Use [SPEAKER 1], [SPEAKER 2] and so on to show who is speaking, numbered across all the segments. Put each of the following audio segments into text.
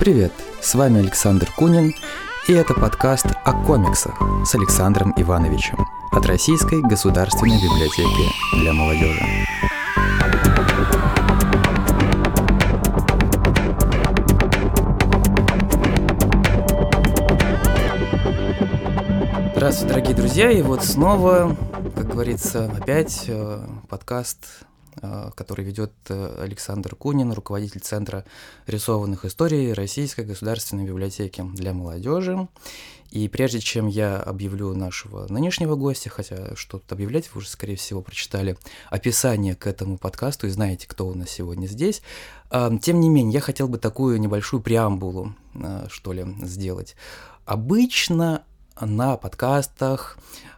[SPEAKER 1] Привет, с вами Александр Кунин, и это подкаст о комиксах с Александром Ивановичем от Российской государственной библиотеки для молодежи. Здравствуйте, дорогие друзья, и вот снова, как говорится, опять подкаст, который ведет Александр Кунин, руководитель Центра рисованных историй Российской государственной библиотеки для молодежи. И прежде чем я объявлю нашего нынешнего гостя, хотя что тут объявлять, вы уже, скорее всего, прочитали описание к этому подкасту и знаете, кто у нас сегодня здесь, тем не менее, я хотел бы такую небольшую преамбулу, что ли, сделать. Обычно на подкастах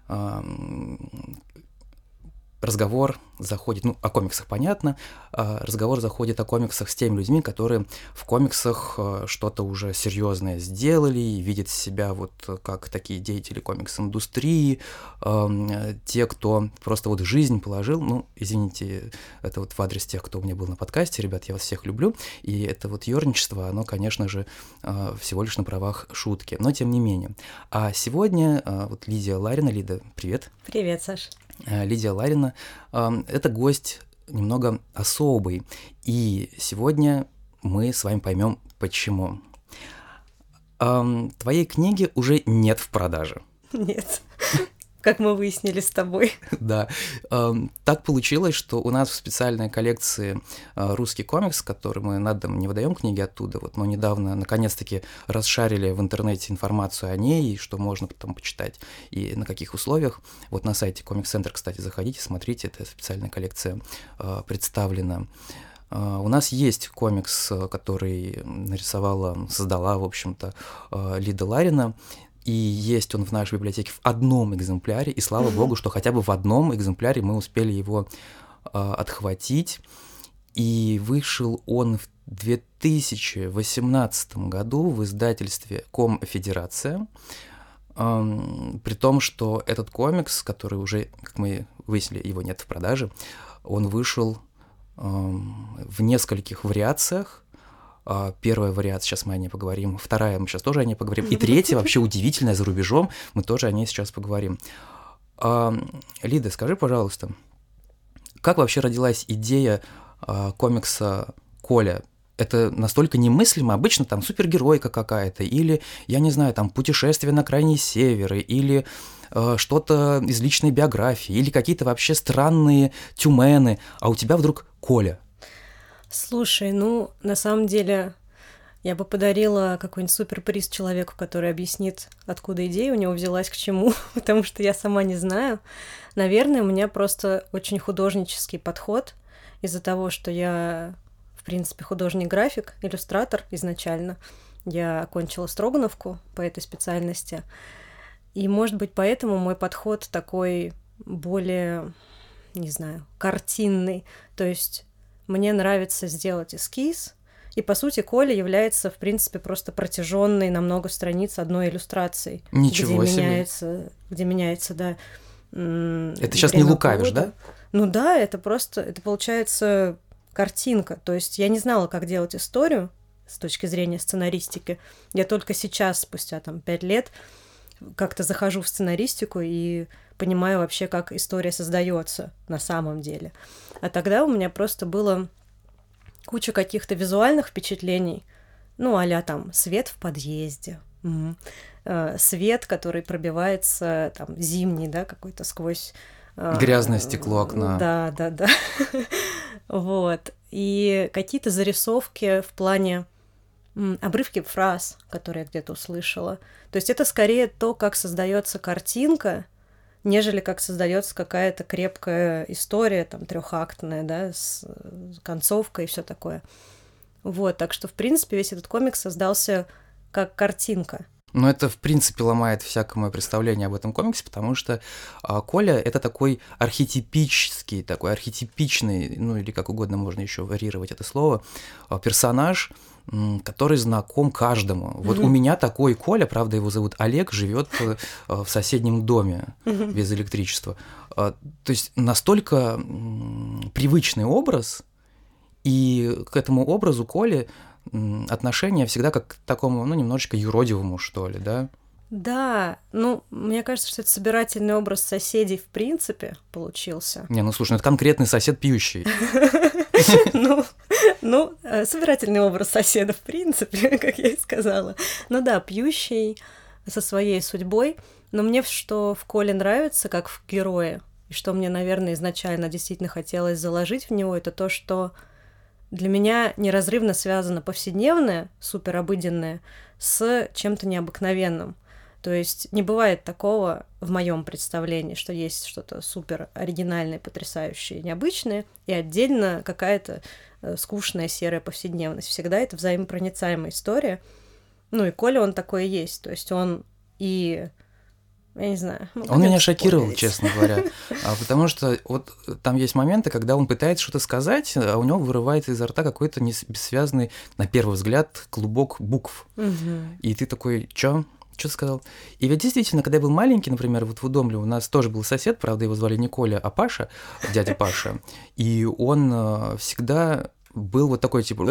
[SPEAKER 1] разговор заходит, о комиксах понятно, разговор заходит о комиксах с теми людьми, которые в комиксах что-то уже серьезное сделали и видят себя вот как такие деятели комикс-индустрии, те, кто просто вот жизнь положил, извините, это вот в адрес тех, кто у меня был на подкасте, ребят, я вас всех люблю, и это вот ёрничество, оно, конечно же, всего лишь на правах шутки, но тем не менее. А сегодня вот Лидия Ларина. Лида, привет.
[SPEAKER 2] Привет, Саш.
[SPEAKER 1] Лидия Ларина – это гость немного особый, и сегодня мы с вами поймем, почему. Твоей книги уже нет в продаже.
[SPEAKER 2] Нет, как мы выяснили с тобой.
[SPEAKER 1] Да, так получилось, что у нас в специальной коллекции «Русский комикс», который мы на дом не выдаем книги оттуда, но недавно наконец-таки расшарили в интернете информацию о ней, и что можно потом почитать, и на каких условиях. Вот на сайте Комикс-центр, кстати, заходите, смотрите, эта специальная коллекция представлена. У нас есть комикс, который создала, в общем-то, Лида Ларина, и есть он в нашей библиотеке в одном экземпляре, и слава богу, что хотя бы в одном экземпляре мы успели его отхватить. И вышел он в 2018 году в издательстве «Комфедерация», при том, что этот комикс, который уже, как мы выяснили, его нет в продаже, он вышел в нескольких вариациях. Первая вариация, сейчас мы о ней поговорим, вторая, мы сейчас тоже о ней поговорим, и третья, вообще удивительная, за рубежом, мы тоже о ней сейчас поговорим. Лида, скажи, пожалуйста, как вообще родилась идея комикса «Коля»? Это настолько немыслимо, обычно там супергеройка какая-то, или, я не знаю, там путешествие на крайний север, или что-то из личной биографии, или какие-то вообще странные тюмены, а у тебя вдруг «Коля».
[SPEAKER 2] Слушай, на самом деле, я бы подарила какой-нибудь суперприз человеку, который объяснит, откуда идея у него взялась, к чему, потому что я сама не знаю. Наверное, у меня просто очень художнический подход из-за того, что я, в принципе, художник-график, иллюстратор изначально. Я окончила Строгановку по этой специальности, и, может быть, поэтому мой подход такой более, не знаю, картинный, то есть мне нравится сделать эскиз, и, по сути, Коля является, в принципе, просто протяженной на много страниц одной иллюстрацией.
[SPEAKER 1] Ничего себе.
[SPEAKER 2] Где меняется, да.
[SPEAKER 1] Это сейчас не лукавишь, да?
[SPEAKER 2] Да, это получается картинка. То есть я не знала, как делать историю с точки зрения сценаристики. Я только сейчас, спустя 5 лет, как-то захожу в сценаристику и понимаю вообще, как история создается на самом деле. А тогда у меня просто было куча каких-то визуальных впечатлений, а-ля там свет в подъезде, свет, который пробивается зимний, да, какой-то сквозь...
[SPEAKER 1] Грязное стекло окна.
[SPEAKER 2] Да. Вот. И какие-то зарисовки в плане обрывки фраз, которые я где-то услышала. То есть это скорее то, как создается картинка, нежели как создается какая-то крепкая история, трехактная, да, с концовкой и все такое. Вот, так что, в принципе, весь этот комикс создался как картинка.
[SPEAKER 1] Но это, в принципе, ломает всякое мое представление об этом комиксе, потому что Коля — это такой архетипический, такой архетипичный, или как угодно можно еще варьировать это слово, персонаж, который знаком каждому. Вот у меня такой Коля, правда, его зовут Олег, живет в соседнем доме без электричества. То есть настолько привычный образ, и к этому образу Коли отношение всегда как к такому, ну, немножечко юродивому, что ли, да?
[SPEAKER 2] Да, ну, мне кажется, что это собирательный образ соседей в принципе получился.
[SPEAKER 1] Не, ну слушай, ну это конкретный сосед пьющий.
[SPEAKER 2] Ну, собирательный образ соседа в принципе, как я и сказала. Ну да, пьющий со своей судьбой, но мне что в Коле нравится, как в герое, и что мне, наверное, изначально действительно хотелось заложить в него, это то, что для меня неразрывно связано повседневное, суперобыденное, с чем-то необыкновенным. То есть не бывает такого в моем представлении, что есть что-то супер оригинальное, потрясающее, необычное, и отдельно какая-то скучная серая повседневность. Всегда это взаимопроницаемая история. Ну и Коля, он такой и есть. То есть он и... Я не знаю.
[SPEAKER 1] Он меня шокировал, честно говоря, потому что вот там есть моменты, когда он пытается что-то сказать, а у него вырывается изо рта какой-то бессвязный, на первый взгляд, клубок букв. И ты такой, чё? Что ты сказал? И ведь действительно, когда я был маленький, например, вот в Удомле у нас тоже был сосед, правда, его звали не Коля, а Паша, дядя Паша, и он всегда был вот такой, типа,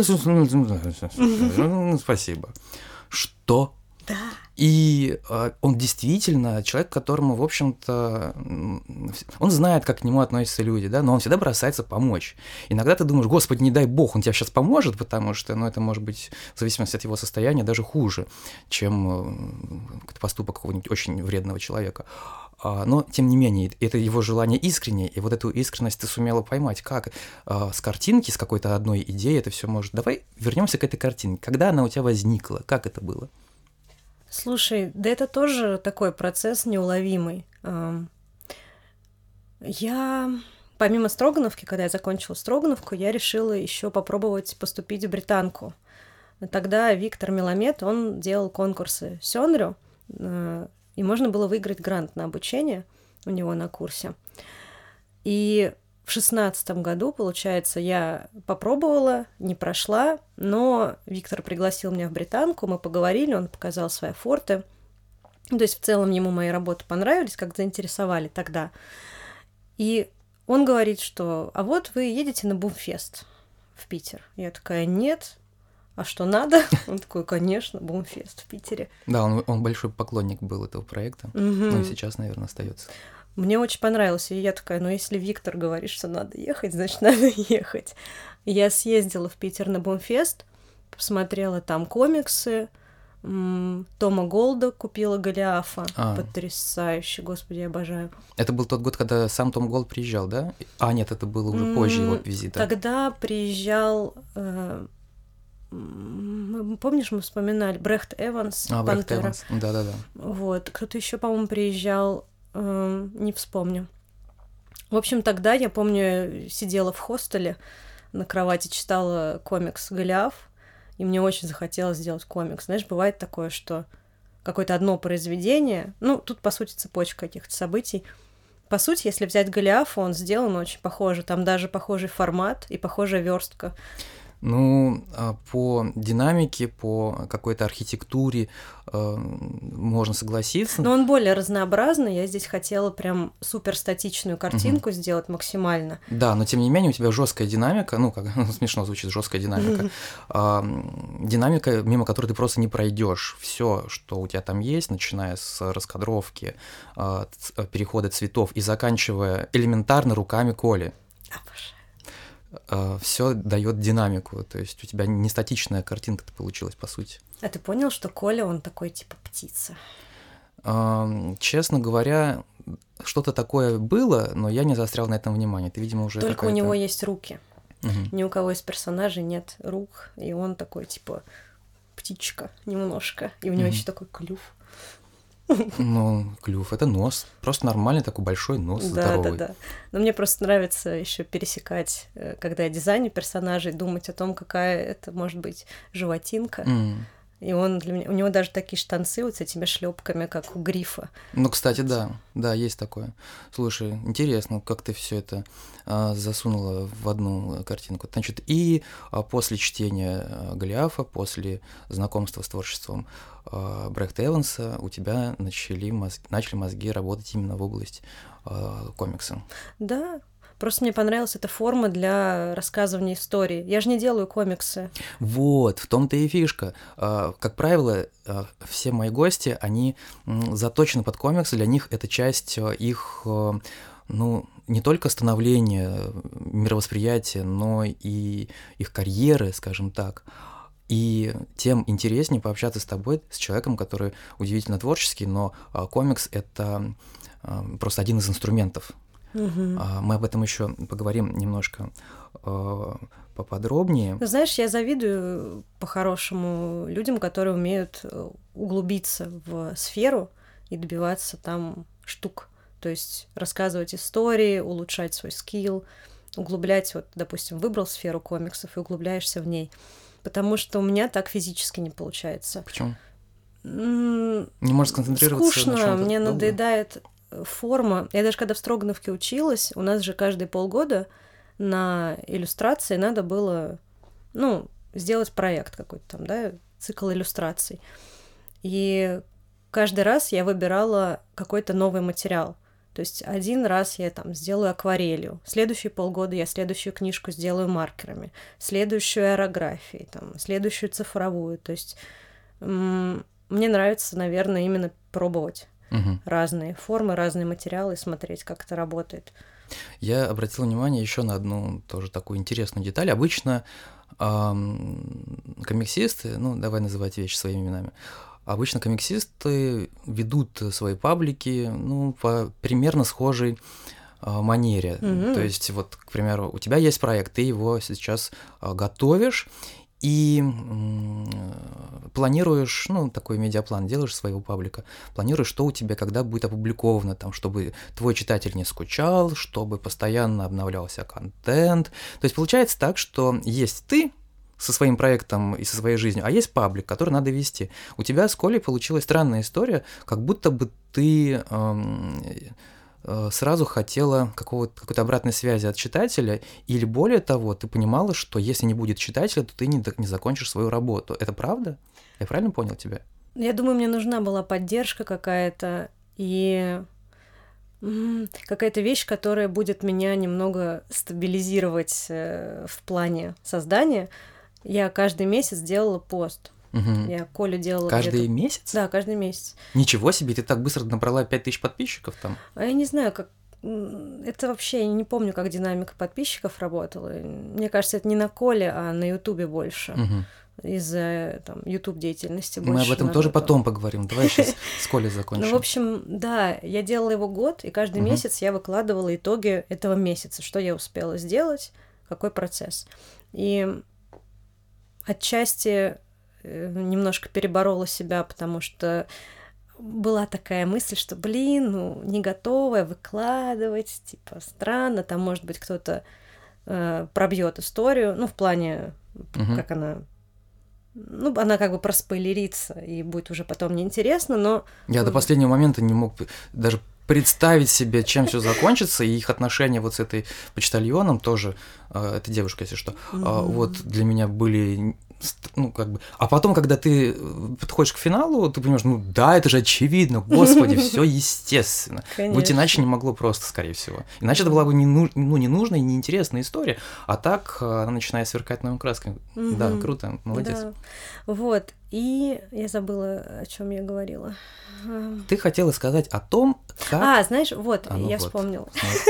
[SPEAKER 1] спасибо. Что?
[SPEAKER 2] Да.
[SPEAKER 1] И он действительно человек, которому, в общем-то, он знает, как к нему относятся люди, да, но он всегда бросается помочь. Иногда ты думаешь, Господи, не дай бог, он тебе сейчас поможет, потому что, ну, это может быть, в зависимости от его состояния, даже хуже, чем поступок какого-нибудь очень вредного человека. Но, тем не менее, это его желание искреннее, и вот эту искренность ты сумела поймать. Как с картинки, с какой-то одной идеей это все может... Давай вернемся к этой картинке. Когда она у тебя возникла? Как это было?
[SPEAKER 2] Слушай, да это тоже такой процесс неуловимый. Я, помимо Строгановки, когда я закончила Строгановку, я решила еще попробовать поступить в британку. Тогда Виктор Меламед, он делал конкурсы Сёнрю, и можно было выиграть грант на обучение у него на курсе. И в 2016 году, получается, я попробовала, не прошла, но Виктор пригласил меня в британку, мы поговорили, он показал свои форты. То есть в целом ему мои работы понравились, как заинтересовали тогда. И он говорит, что «а вот вы едете на Бумфест в Питер». Я такая «нет». А что надо? Он такой, конечно, Бумфест в Питере.
[SPEAKER 1] Да, он большой поклонник был этого проекта, ну и сейчас, наверное, остается.
[SPEAKER 2] Мне очень понравилось, и я такая, ну если Виктор говорит, что надо ехать, значит, надо ехать. Я съездила в Питер на Бумфест, посмотрела там комиксы, Тома Голда купила Голиафа, потрясающе, господи, я обожаю.
[SPEAKER 1] Это был тот год, когда сам Том Голд приезжал, да? А, нет, это было уже позже его визита.
[SPEAKER 2] Тогда приезжал... Помнишь, мы вспоминали Брехт Эванс,
[SPEAKER 1] Брехт Эванс, да-да-да.
[SPEAKER 2] Вот, кто-то еще, по-моему, приезжал, не вспомню. В общем, тогда, я помню, сидела в хостеле, на кровати читала комикс «Голиаф», и мне очень захотелось сделать комикс. Знаешь, бывает такое, что какое-то одно произведение, ну, тут, по сути, цепочка каких-то событий. По сути, если взять Голиафа, он сделан очень похоже, там даже похожий формат и похожая верстка.
[SPEAKER 1] Ну, по динамике, по какой-то архитектуре можно согласиться.
[SPEAKER 2] Но он более разнообразный. Я здесь хотела прям суперстатичную картинку сделать максимально.
[SPEAKER 1] Да, но тем не менее у тебя жесткая динамика, ну, как смешно звучит, жесткая динамика. Динамика, мимо которой ты просто не пройдешь. Все, что у тебя там есть, начиная с раскадровки, перехода цветов и заканчивая элементарно руками Коли. Все дает динамику, то есть у тебя не статичная картинка-то получилась, по сути.
[SPEAKER 2] А ты понял, что Коля, он такой типа птица?
[SPEAKER 1] Честно говоря, что-то такое было, но я не заострял на этом внимание. Ты, видимо, уже
[SPEAKER 2] только у него есть руки. Ни у кого из персонажей нет рук, и он такой типа птичка немножко, и у него еще такой клюв.
[SPEAKER 1] Ну, клюв — это нос. Просто нормальный такой большой нос, здоровый.
[SPEAKER 2] Да. Но мне просто нравится еще пересекать, когда я дизайню персонажей, думать о том, какая это может быть животинка. И он для меня... У него даже такие штанцы вот с этими шлепками, как у Грифа.
[SPEAKER 1] Ну, кстати, да, есть такое. Слушай, интересно, как ты все это засунула в одну картинку. Значит, и после чтения Голиафа, после знакомства с творчеством Брехта Эванса у тебя начали мозги работать именно в область комикса.
[SPEAKER 2] Да, Просто мне понравилась эта форма для рассказывания истории. Я же не делаю комиксы.
[SPEAKER 1] Вот, в том-то и фишка. Как правило, все мои гости, они заточены под комиксы, для них это часть их, ну, не только становления, мировосприятия, но и их карьеры, скажем так. И тем интереснее пообщаться с тобой, с человеком, который удивительно творческий, но комикс — это просто один из инструментов. Мы об этом еще поговорим немножко поподробнее.
[SPEAKER 2] Знаешь, я завидую по-хорошему людям, которые умеют углубиться в сферу и добиваться там штук. То есть рассказывать истории, улучшать свой скилл, углублять, вот, допустим, выбрал сферу комиксов и углубляешься в ней. Потому что у меня так физически не получается.
[SPEAKER 1] Почему? Не можешь сконцентрироваться
[SPEAKER 2] скучно,
[SPEAKER 1] на чём-то
[SPEAKER 2] мне
[SPEAKER 1] долго?
[SPEAKER 2] надоедает форма. Я даже когда в Строгановке училась, у нас же каждые полгода на иллюстрации надо было, ну, сделать проект какой-то там, да, цикл иллюстраций. И каждый раз я выбирала какой-то новый материал. То есть один раз я там сделаю акварелью, следующие полгода я следующую книжку сделаю маркерами, следующую аэрографией, там, следующую цифровую. То есть мне нравится, наверное, именно пробовать разные формы, разные материалы, смотреть, как это работает.
[SPEAKER 1] Я обратил внимание еще на одну тоже такую интересную деталь. Обычно комиксисты, ну, давай называть вещи своими именами, обычно комиксисты ведут свои паблики, ну, по примерно схожей манере. То есть, вот, к примеру, у тебя есть проект, ты его сейчас готовишь и планируешь, ну, такой медиаплан делаешь своего паблика, планируешь, что у тебя когда будет опубликовано, там, чтобы твой читатель не скучал, чтобы постоянно обновлялся контент. То есть получается так, что есть ты со своим проектом и со своей жизнью, а есть паблик, который надо вести. У тебя с Колей получилась странная история, как будто бы ты сразу хотела какой-то обратной связи от читателя, или более того, ты понимала, что если не будет читателя, то ты не закончишь свою работу. Это правда? Я правильно понял тебя?
[SPEAKER 2] Я думаю, мне нужна была поддержка какая-то и какая-то вещь, которая будет меня немного стабилизировать в плане создания. Я каждый месяц делала пост. Я Колю делала
[SPEAKER 1] каждый месяц?
[SPEAKER 2] Да, каждый месяц.
[SPEAKER 1] Ничего себе, ты так быстро набрала 5000 подписчиков там?
[SPEAKER 2] А я не знаю, как... Это вообще, я не помню, как динамика подписчиков работала. Мне кажется, это не на Коле, а на Ютубе больше. Из-за там YouTube деятельности больше.
[SPEAKER 1] Мы об этом тоже потом поговорим. Давай сейчас с Колей закончим.
[SPEAKER 2] Ну, в общем, да, я делала его год, и каждый месяц я выкладывала итоги этого месяца, что я успела сделать, какой процесс. И отчасти немножко переборола себя, потому что была такая мысль, что, блин, ну, не готовая выкладывать, типа, странно, там, может быть, кто-то пробьет историю, ну, в плане, как она... Ну, она как бы проспойлерится, и будет уже потом неинтересно, но...
[SPEAKER 1] Я до последнего момента не мог даже представить себе, чем все закончится, и их отношения вот с этой почтальоном тоже, это девушка, если что, вот для меня были... Ну, как бы... А потом, когда ты подходишь к финалу, ты понимаешь, ну да, это же очевидно, господи, все естественно.
[SPEAKER 2] Конечно.
[SPEAKER 1] Быть иначе не могло просто, скорее всего. Иначе это была бы ненужная и неинтересная история, а так она начинает сверкать новыми красками. Да, круто, молодец.
[SPEAKER 2] Да. Вот, и я забыла, о чем я говорила.
[SPEAKER 1] Ты хотела сказать о том, как...
[SPEAKER 2] знаешь, вот, я вспомнила.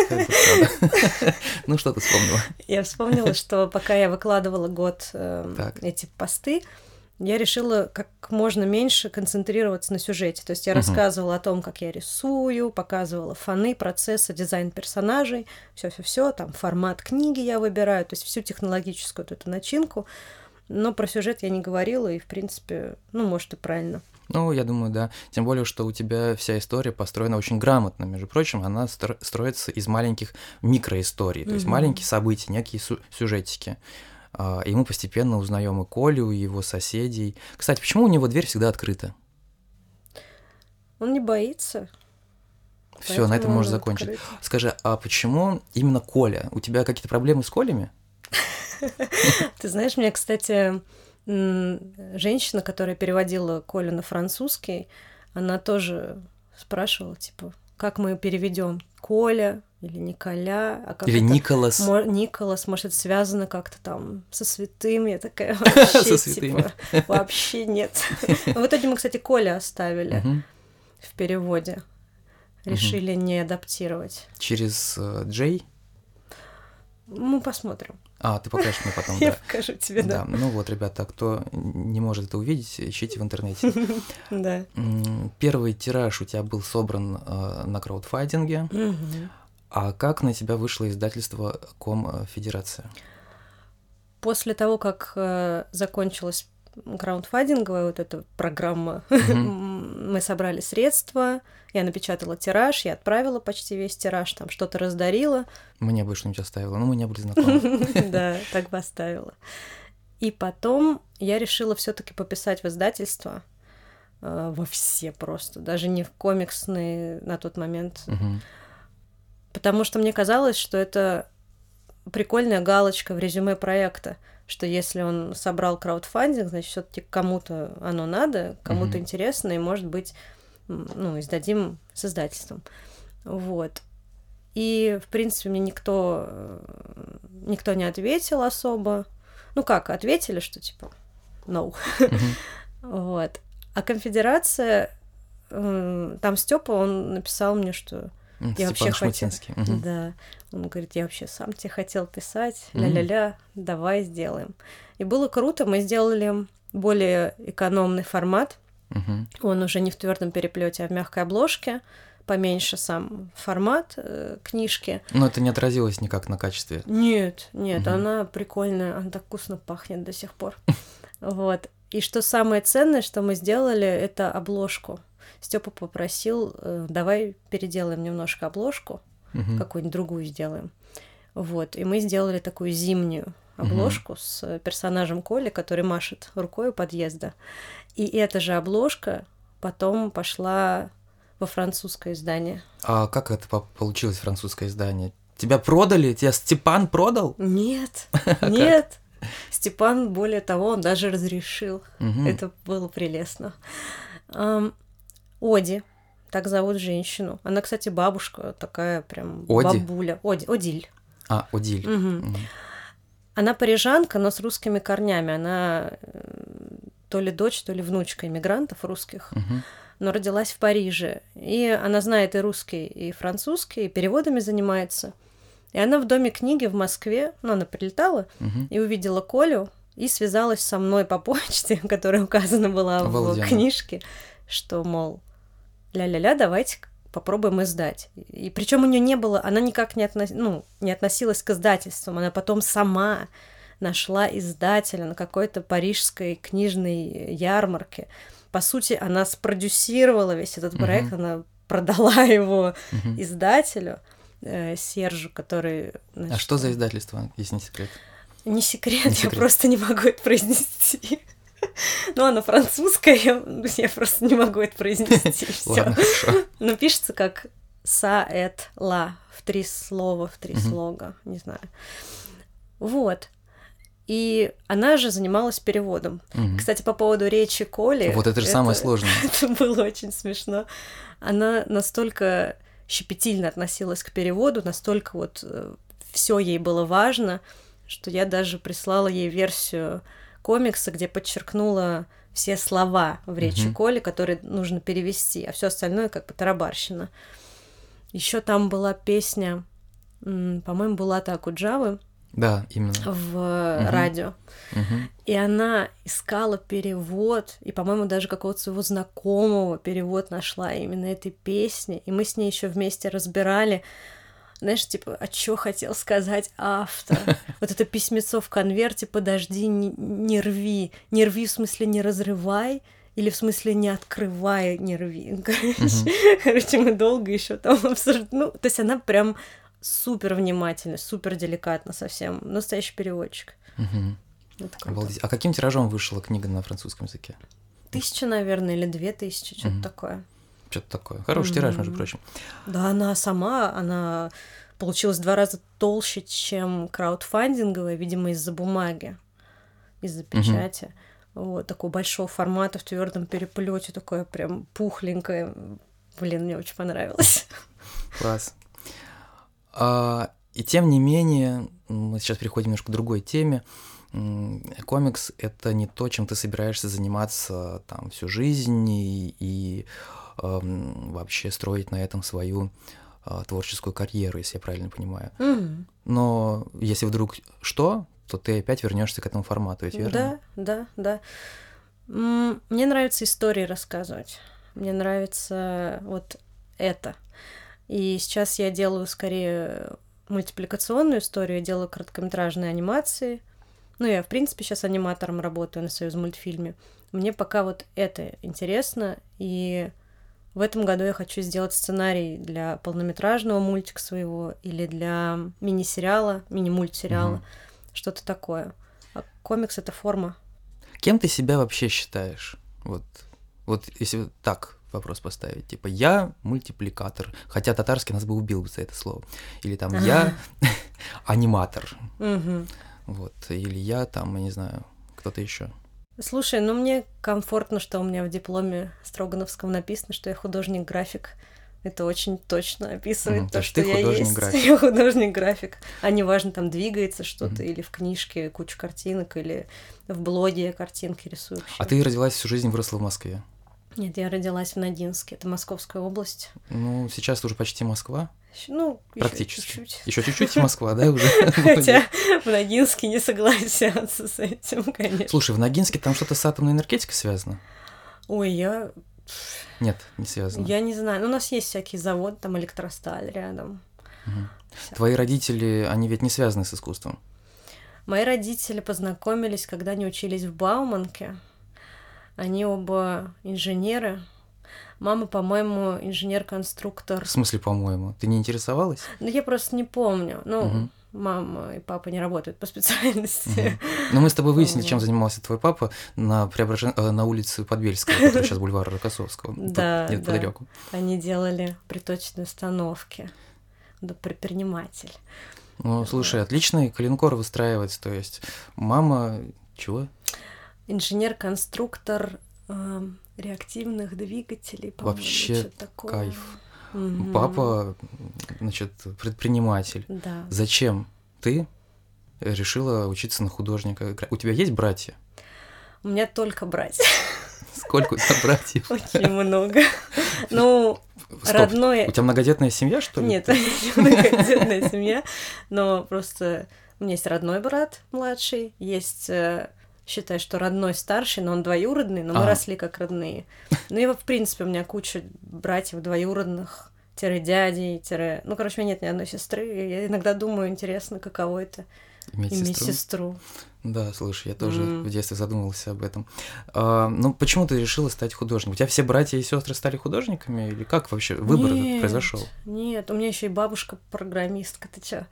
[SPEAKER 1] Ну, что ты вспомнила?
[SPEAKER 2] Я вспомнила, что пока я выкладывала год эти посты, я решила как можно меньше концентрироваться на сюжете. То есть я рассказывала о том, как я рисую, показывала фоны, процессы, дизайн персонажей, все, там формат книги я выбираю, то есть всю технологическую вот эту начинку. Но про сюжет я не говорила, и, в принципе, ну, может, и правильно.
[SPEAKER 1] Ну, я думаю, да. Тем более, что у тебя вся история построена очень грамотно. Между прочим, она строится из маленьких микроисторий, то есть маленькие события, некие сюжетики. И мы постепенно узнаем и Колю, и его соседей. Кстати, почему у него дверь всегда открыта?
[SPEAKER 2] Он не боится.
[SPEAKER 1] Все, на этом можно закончить. Открыть. Скажи, а почему именно Коля? У тебя какие-то проблемы с Колями?
[SPEAKER 2] Ты знаешь, меня, кстати, женщина, которая переводила Колю на французский, она тоже спрашивала, типа, как мы переведем Коля или Николя, а как
[SPEAKER 1] или
[SPEAKER 2] это?
[SPEAKER 1] Николас.
[SPEAKER 2] Николас, может, это связано как-то там со святым, я такая
[SPEAKER 1] Со
[SPEAKER 2] вообще,
[SPEAKER 1] святыми.
[SPEAKER 2] типа, вообще нет. В итоге мы, кстати, Коля оставили в переводе, решили не адаптировать.
[SPEAKER 1] Через Джей?
[SPEAKER 2] Мы посмотрим.
[SPEAKER 1] Ты покажешь мне потом,
[SPEAKER 2] Я
[SPEAKER 1] да.
[SPEAKER 2] покажу тебе, да.
[SPEAKER 1] Ну вот, ребята, кто не может это увидеть, ищите в интернете.
[SPEAKER 2] Да.
[SPEAKER 1] Первый тираж у тебя был собран на краудфандинге. А как на тебя вышло издательство Ком-Федерация?
[SPEAKER 2] После того, как закончилась краундфандинговая вот эта программа, мы собрали средства, я напечатала тираж, я отправила почти весь тираж, там что-то раздарила.
[SPEAKER 1] Мне бы что-нибудь оставила, но мы не были знакомы.
[SPEAKER 2] Да, так бы оставила. И потом я решила все таки пописать в издательство, во все просто, даже не в комиксные на тот момент, потому что мне казалось, что это прикольная галочка в резюме проекта, что если он собрал краудфандинг, значит, все-таки кому-то оно надо, кому-то интересно, и, может быть, издадим с издательством. Вот. И, в принципе, мне никто не ответил особо. Ну как, ответили, что типа no. Вот. А Конфедерация, там Степа, он написал мне, что я вообще хотел. Да. Он говорит, я вообще сам тебе хотел писать, ля-ля-ля, давай сделаем. И было круто, мы сделали более экономный формат. Он уже не в твердом переплете, а в мягкой обложке, поменьше сам формат книжки.
[SPEAKER 1] Но это не отразилось никак на качестве.
[SPEAKER 2] Нет, она прикольная, она так вкусно пахнет до сих пор. Вот. И что самое ценное, что мы сделали, это обложку. Степа попросил, давай переделаем немножко обложку, какую-нибудь другую сделаем. Вот, и мы сделали такую зимнюю обложку с персонажем Коли, который машет рукой у подъезда. И эта же обложка потом пошла во французское издание.
[SPEAKER 1] А как это получилось, французское издание? Тебя продали? Тебя Степан продал?
[SPEAKER 2] Нет, нет. Степан, более того, он даже разрешил. Это было прелестно. Оди, так зовут женщину. Она, кстати, бабушка такая прям бабуля. Одиль.
[SPEAKER 1] Одиль.
[SPEAKER 2] Она парижанка, но с русскими корнями. Она то ли дочь, то ли внучка иммигрантов русских, но родилась в Париже. И она знает и русский, и французский, и переводами занимается. И она в Доме книги в Москве, она прилетала и увидела Колю, и связалась со мной по почте, которая указана была в книжке, что, мол, ля-ля-ля, давайте попробуем издать. И причем у нее не было, она никак не относилась к издательствам, она потом сама нашла издателя на какой-то парижской книжной ярмарке. По сути, она спродюсировала весь этот проект, она продала его издателю, Сержу, который...
[SPEAKER 1] А что за издательство, если не секрет?
[SPEAKER 2] Не секрет, я просто не могу это произнести. Ну, она французская, я просто не могу это произнести. Всё. Но пишется как Са-эт-ла, в 3 слова, в 3 слога, не знаю. Вот. И она же занималась переводом. Кстати, по поводу речи Коли...
[SPEAKER 1] Вот это же самое сложное.
[SPEAKER 2] Это было очень смешно. Она настолько щепетильно относилась к переводу, настолько вот все ей было важно, что я даже прислала ей версию комикса, где подчеркнула все слова в речи Коли, которые нужно перевести, а все остальное как бы тарабарщина. Еще там была песня, по-моему, Булата Акуджавы.
[SPEAKER 1] Да, именно.
[SPEAKER 2] В радио. И она искала перевод, и, по-моему, даже какого-то своего знакомого перевод нашла именно этой песни, и мы с ней еще вместе разбирали, знаешь, типа, а что хотел сказать автор? Вот это письмецо в конверте, подожди, не рви. Не рви в смысле не разрывай, или в смысле не открывай, не рви. Короче, мы долго еще там обсуждали. Ну, то есть она прям супер внимательно, супер деликатно совсем. Настоящий переводчик.
[SPEAKER 1] Обалдеть. А каким тиражом вышла книга на французском языке?
[SPEAKER 2] 1000, наверное, или 2000, что-то такое.
[SPEAKER 1] Что-то такое. Хороший тираж, между прочим.
[SPEAKER 2] Да, она получилась в 2 раза толще, чем краудфандинговая, видимо, из-за бумаги, из-за печати. Вот, такого большого формата в твердом переплете, такое прям пухленькое. Блин, мне очень понравилось.
[SPEAKER 1] Класс. И тем не менее, мы сейчас переходим немножко к другой теме. Комикс — это не то, чем ты собираешься заниматься там всю жизнь и вообще строить на этом свою творческую карьеру, если я правильно понимаю. Но если вдруг что, то ты опять вернешься к этому формату, ведь верно?
[SPEAKER 2] Да. Мне нравится истории рассказывать. Мне нравится вот это. И сейчас я делаю скорее мультипликационную историю, я делаю короткометражные анимации. Ну, я, в принципе, сейчас аниматором работаю на Союзмультфильме. Мне пока вот это интересно, и в этом году я хочу сделать сценарий для полнометражного мультика своего или для мини-сериала, мини-мультсериала, что-то такое. А комикс — это форма.
[SPEAKER 1] Кем ты себя вообще считаешь? Вот если так вопрос поставить, типа я мультипликатор, хотя татарский нас бы убил за это слово, или там я аниматор, вот, или я там, я не знаю, кто-то еще.
[SPEAKER 2] Слушай, ну мне комфортно, что у меня в дипломе Строгановском написано, что я художник-график. Это очень точно описывает то, что я есть. Я художник-график. А не важно, там двигается что-то, или в книжке куча картинок, или в блоге я картинки рисую. Вообще.
[SPEAKER 1] А ты родилась всю жизнь, выросла в Москве?
[SPEAKER 2] Нет, я родилась в Ногинске, это Московская область.
[SPEAKER 1] Ну, сейчас уже почти Москва.
[SPEAKER 2] Ну,
[SPEAKER 1] практически.
[SPEAKER 2] Чуть-чуть.
[SPEAKER 1] Еще чуть-чуть Москва, да, уже?
[SPEAKER 2] Хотя в Ногинске не согласятся с этим, конечно.
[SPEAKER 1] Слушай, в Ногинске там что-то с атомной энергетикой связано?
[SPEAKER 2] Ой,
[SPEAKER 1] Нет, не связано.
[SPEAKER 2] Я не знаю. Ну, у нас есть всякие заводы, там электросталь рядом.
[SPEAKER 1] Твои родители, они ведь не связаны с искусством?
[SPEAKER 2] Мои родители познакомились, когда они учились в Бауманке. Они оба инженеры. Мама, по-моему, инженер-конструктор.
[SPEAKER 1] В смысле, по-моему? Ты не интересовалась?
[SPEAKER 2] Ну, я просто не помню. Ну, мама и папа не работают по специальности.
[SPEAKER 1] Но мы с тобой выяснили, чем занимался твой папа на улице Подбельского, который сейчас бульвар Рокоссовского.
[SPEAKER 2] Да,
[SPEAKER 1] неподалеку.
[SPEAKER 2] Они делали приточные установки. Да, предприниматель.
[SPEAKER 1] Ну, слушай, отличный калинкор выстраивается. То есть мама чего?
[SPEAKER 2] Инженер-конструктор реактивных двигателей, по-моему.
[SPEAKER 1] Вообще кайф. Папа, значит, предприниматель.
[SPEAKER 2] Да.
[SPEAKER 1] Зачем ты решила учиться на художника? У тебя есть братья?
[SPEAKER 2] У меня только братья.
[SPEAKER 1] Сколько у тебя братьев?
[SPEAKER 2] Очень много. Ну, родной...
[SPEAKER 1] У тебя многодетная семья, что ли?
[SPEAKER 2] Нет, у меня многодетная семья, но просто у меня есть родной брат младший, есть... Считай, что родной старший, но он двоюродный, но мы росли как родные. Ну и, в принципе, у меня куча братьев двоюродных, дядей, ну, короче, у меня нет ни одной сестры. Я иногда думаю, интересно, каково это иметь сестру.
[SPEAKER 1] Да, слушай, я тоже в детстве задумывался об этом. Ну, почему ты решила стать художником? У тебя все братья и сестры стали художниками? Или как вообще выбор этот произошел?
[SPEAKER 2] Нет, у меня еще и бабушка программистка, ты чё?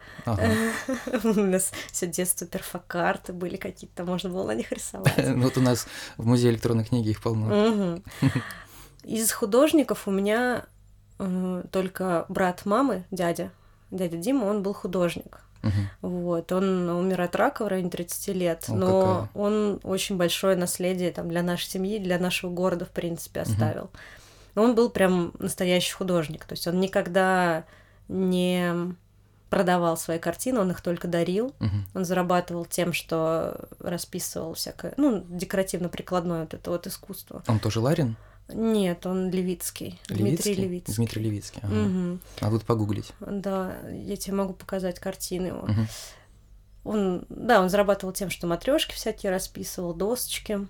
[SPEAKER 2] У нас все детство перфокарты были какие-то, можно было на них рисовать.
[SPEAKER 1] Ну, вот у нас в музее электронной книги их полно.
[SPEAKER 2] Из художников у меня только брат мамы, дядя Дима, он был художник. Вот, он умер от рака в районе 30 лет, но он очень большое наследие там, для нашей семьи, для нашего города, в принципе, оставил. Он был прям настоящий художник, то есть он никогда не продавал свои картины, он их только дарил. Он зарабатывал тем, что расписывал всякое, ну, декоративно-прикладное вот это вот искусство.
[SPEAKER 1] Он тоже Ларин?
[SPEAKER 2] Нет, он Левицкий. Дмитрий Левицкий.
[SPEAKER 1] Дмитрий Левицкий, ага. Надо будет погуглить.
[SPEAKER 2] Да, я тебе могу показать картины его. Он зарабатывал тем, что матрешки всякие расписывал, досочки.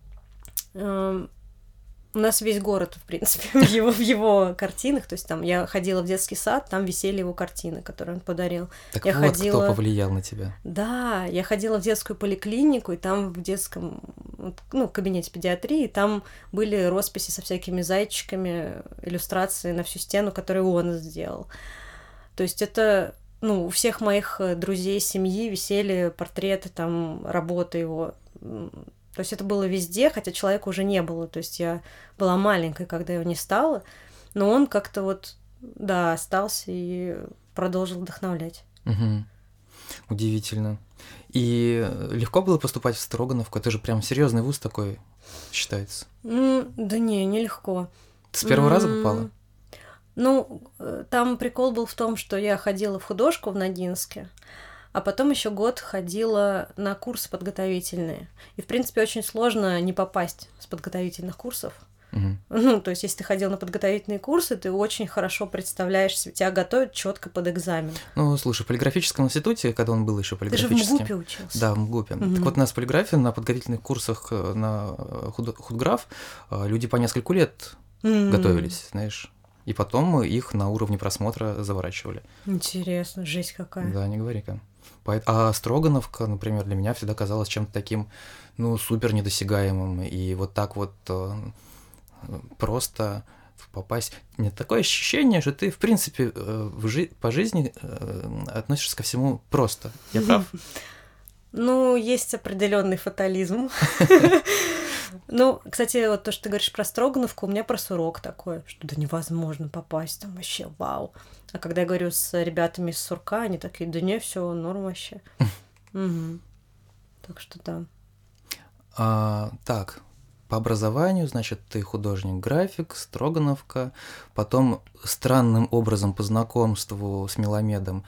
[SPEAKER 2] У нас весь город, в принципе, в его картинах. То есть там я ходила в детский сад, там висели его картины, которые он подарил.
[SPEAKER 1] Так кто повлиял на тебя?
[SPEAKER 2] Да, я ходила в детскую поликлинику, и там в детском, кабинете педиатрии, там были росписи со всякими зайчиками, иллюстрации на всю стену, которые он сделал. То есть это, у всех моих друзей, семьи висели портреты, там, работы его. То есть это было везде, хотя человека уже не было. То есть я была маленькой, когда его не стало, но он как-то остался и продолжил вдохновлять.
[SPEAKER 1] Удивительно. И легко было поступать в Строгановку? Это же прям серьезный вуз такой считается.
[SPEAKER 2] Да не, нелегко.
[SPEAKER 1] Ты с первого раза попала?
[SPEAKER 2] Ну, там прикол был в том, что я ходила в художку в Ногинске, а потом еще год ходила на курсы подготовительные. И, в принципе, очень сложно не попасть с подготовительных курсов. Ну, то есть, если ты ходил на подготовительные курсы, ты очень хорошо представляешь, тебя готовят четко под экзамен.
[SPEAKER 1] Ну, слушай, в полиграфическом институте, когда он был еще полиграфическим...
[SPEAKER 2] Ты же в МГУПе учился.
[SPEAKER 1] Да, в МГУПе. Так вот, у нас в полиграфии на подготовительных курсах на худграф люди по нескольку лет готовились, знаешь. И потом их на уровне просмотра заворачивали.
[SPEAKER 2] Интересно, жесть какая.
[SPEAKER 1] Да, не говори-ка. А Строгановка, например, для меня всегда казалась чем-то таким, ну, супер недосягаемым. И вот так вот просто попасть... Нет, такое ощущение, что ты, в принципе, по жизни относишься ко всему просто. Я прав?
[SPEAKER 2] Ну, есть определенный фатализм. Ну, кстати, вот то, что ты говоришь про Строгановку, у меня про Сурок такое, что да невозможно попасть, там вообще вау. А когда я говорю с ребятами из Сурка, они такие, да не, все норм вообще. Так что да.
[SPEAKER 1] Так, по образованию, значит, ты художник-график, Строгановка, потом странным образом по знакомству с Меламедом